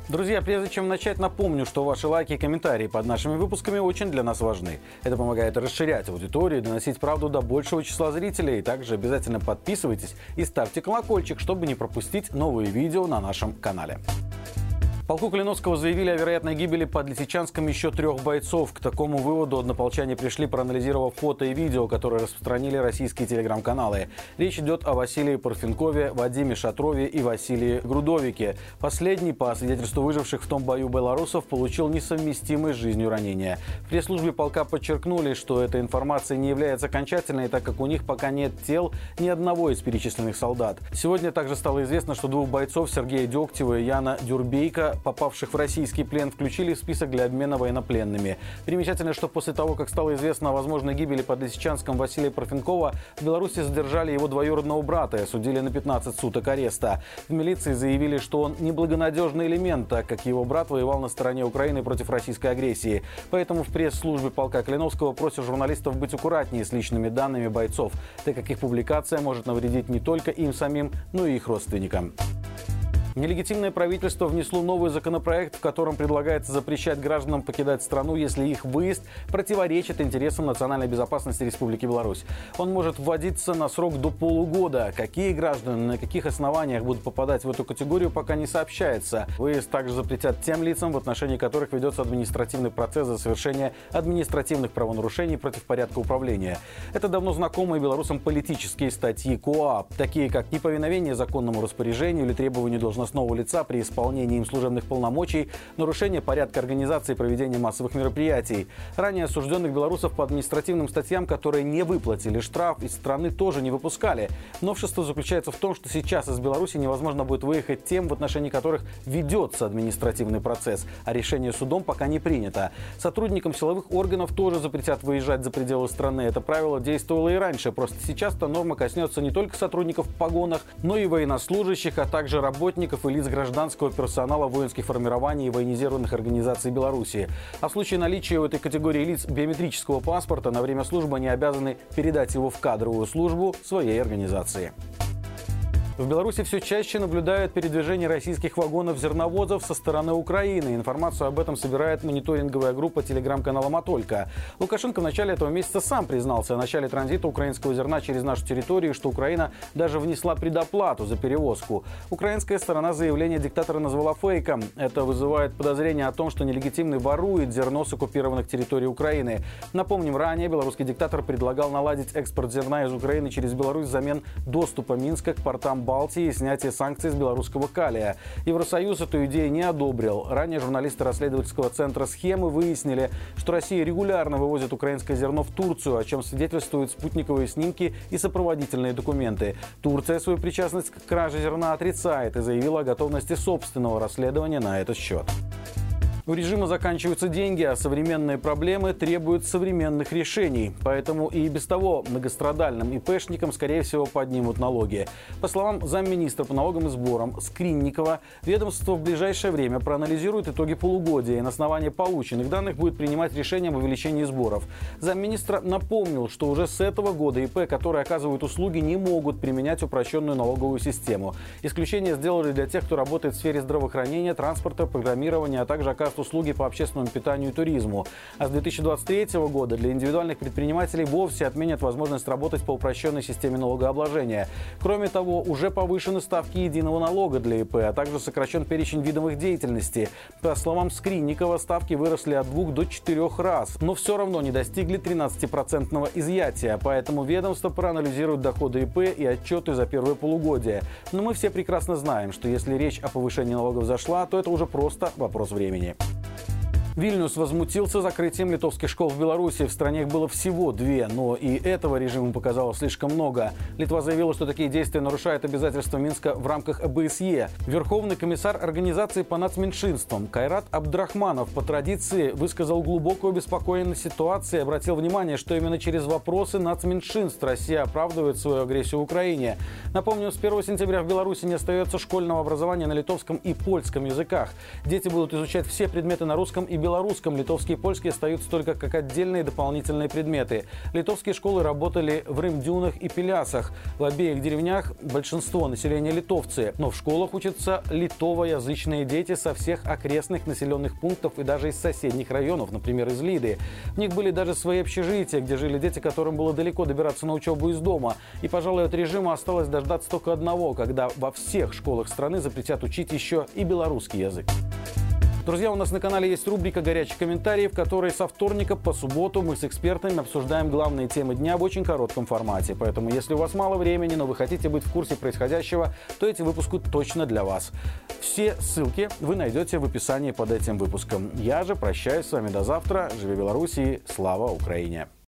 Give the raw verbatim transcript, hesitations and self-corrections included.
Друзья, прежде чем начать, напомню, что ваши лайки и комментарии под нашими выпусками очень для нас важны. Это помогает расширять аудиторию и доносить правду до большего числа зрителей. Также обязательно подписывайтесь и ставьте колокольчик, чтобы не пропустить новые видео на нашем канале. В полку Калиновского заявили о вероятной гибели под Лисичанском еще трех бойцов. К такому выводу однополчане пришли, проанализировав фото и видео, которые распространили российские телеграм-каналы. Речь идет о Василии Парфенкове, Вадиме Шатрове и Василии Грудовике. Последний, по свидетельству выживших в том бою белорусов, получил несовместимые с жизнью ранения. В пресс-службе полка подчеркнули, что эта информация не является окончательной, так как у них пока нет тел ни одного из перечисленных солдат. Сегодня также стало известно, что двух бойцов, Сергея Дегтева и Яна Дюрбейка, попавших в российский плен, включили в список для обмена военнопленными. Примечательно, что после того, как стало известно о возможной гибели под Лисичанском Василия Парфенкова, в Беларуси задержали его двоюродного брата и осудили на пятнадцать суток ареста. В милиции заявили, что он неблагонадежный элемент, так как его брат воевал на стороне Украины против российской агрессии. Поэтому в пресс-службе полка Калиновского просят журналистов быть аккуратнее с личными данными бойцов, так как их публикация может навредить не только им самим, но и их родственникам. Нелегитимное правительство внесло новый законопроект, в котором предлагается запрещать гражданам покидать страну, если их выезд противоречит интересам национальной безопасности Республики Беларусь. Он может вводиться на срок до полугода. Какие граждане, на каких основаниях будут попадать в эту категорию, пока не сообщается. Выезд также запретят тем лицам, в отношении которых ведется административный процесс за совершение административных правонарушений против порядка управления. Это давно знакомые белорусам политические статьи КоАП, такие как неповиновение законному распоряжению или требованию должностного лица при исполнении им служебных полномочий, нарушение порядка организации и проведения массовых мероприятий. Ранее осужденных белорусов по административным статьям, которые не выплатили штраф, из страны тоже не выпускали. Новшество заключается в том, что сейчас из Беларуси невозможно будет выехать тем, в отношении которых ведется административный процесс, а решение судом пока не принято. Сотрудникам силовых органов тоже запретят выезжать за пределы страны. Это правило действовало и раньше, просто сейчас эта норма коснется не только сотрудников в погонах, но и военнослужащих, а также работников и лиц гражданского персонала воинских формирований и военизированных организаций Беларуси. А в случае наличия у этой категории лиц биометрического паспорта на время службы они обязаны передать его в кадровую службу своей организации. В Беларуси все чаще наблюдают передвижение российских вагонов-зерновозов со стороны Украины. Информацию об этом собирает мониторинговая группа телеграм-канала «Матолька». Лукашенко в начале этого месяца сам признался о начале транзита украинского зерна через нашу территорию, что Украина даже внесла предоплату за перевозку. Украинская сторона заявление диктатора назвала фейком. Это вызывает подозрение о том, что нелегитимный ворует зерно с оккупированных территорий Украины. Напомним, ранее белорусский диктатор предлагал наладить экспорт зерна из Украины через Беларусь взамен доступа Минска к портам Балтии и снятие санкций с белорусского калия. Евросоюз эту идею не одобрил. Ранее журналисты расследовательского центра «Схемы» выяснили, что Россия регулярно вывозит украинское зерно в Турцию, о чем свидетельствуют спутниковые снимки и сопроводительные документы. Турция свою причастность к краже зерна отрицает и заявила о готовности собственного расследования на этот счет. У режима заканчиваются деньги, а современные проблемы требуют современных решений. Поэтому и без того многострадальным ИПшникам, скорее всего, поднимут налоги. По словам замминистра по налогам и сборам Скринникова, ведомство в ближайшее время проанализирует итоги полугодия и на основании полученных данных будет принимать решение об увеличении сборов. Замминистра напомнил, что уже с этого года ИП, которые оказывают услуги, не могут применять упрощенную налоговую систему. Исключение сделали для тех, кто работает в сфере здравоохранения, транспорта, программирования, а также оказывает услуги по общественному питанию и туризму. А с две тысячи двадцать третьего года для индивидуальных предпринимателей вовсе отменят возможность работать по упрощенной системе налогообложения. Кроме того, уже повышены ставки единого налога для ИП, а также сокращен перечень видов их деятельности. По словам Скринникова, ставки выросли от двух до четырех раз, но все равно не достигли тринадцатипроцентного изъятия. Поэтому ведомство проанализирует доходы ИП и отчеты за первое полугодие. Но мы все прекрасно знаем, что если речь о повышении налогов зашла, то это уже просто вопрос времени. Вильнюс возмутился закрытием литовских школ в Беларуси. В стране их было всего две, но и этого режиму показалось слишком много. Литва заявила, что такие действия нарушают обязательства Минска в рамках ОБСЕ. Верховный комиссар организации по нацменьшинствам Кайрат Абдрахманов по традиции высказал глубокую обеспокоенность ситуацией и обратил внимание, что именно через вопросы нацменьшинств Россия оправдывает свою агрессию в Украине. Напомню, с первого сентября в Беларуси не остается школьного образования на литовском и польском языках. Дети будут изучать все предметы на русском и белорусском белорусском литовский и польский остаются только как отдельные дополнительные предметы. Литовские школы работали в Рымдюнах и Пелясах. В обеих деревнях большинство населения литовцы, но в школах учатся литовоязычные дети со всех окрестных населенных пунктов и даже из соседних районов, например, из Лиды. В них были даже свои общежития, где жили дети, которым было далеко добираться на учебу из дома. И, пожалуй, от режима осталось дождаться только одного, когда во всех школах страны запретят учить еще и белорусский язык. Друзья, у нас на канале есть рубрика «Горячий комментарий», в которой со вторника по субботу мы с экспертами обсуждаем главные темы дня в очень коротком формате. Поэтому, если у вас мало времени, но вы хотите быть в курсе происходящего, то эти выпуски точно для вас. Все ссылки вы найдете в описании под этим выпуском. Я же прощаюсь с вами до завтра. Живи Беларусь и слава Украине!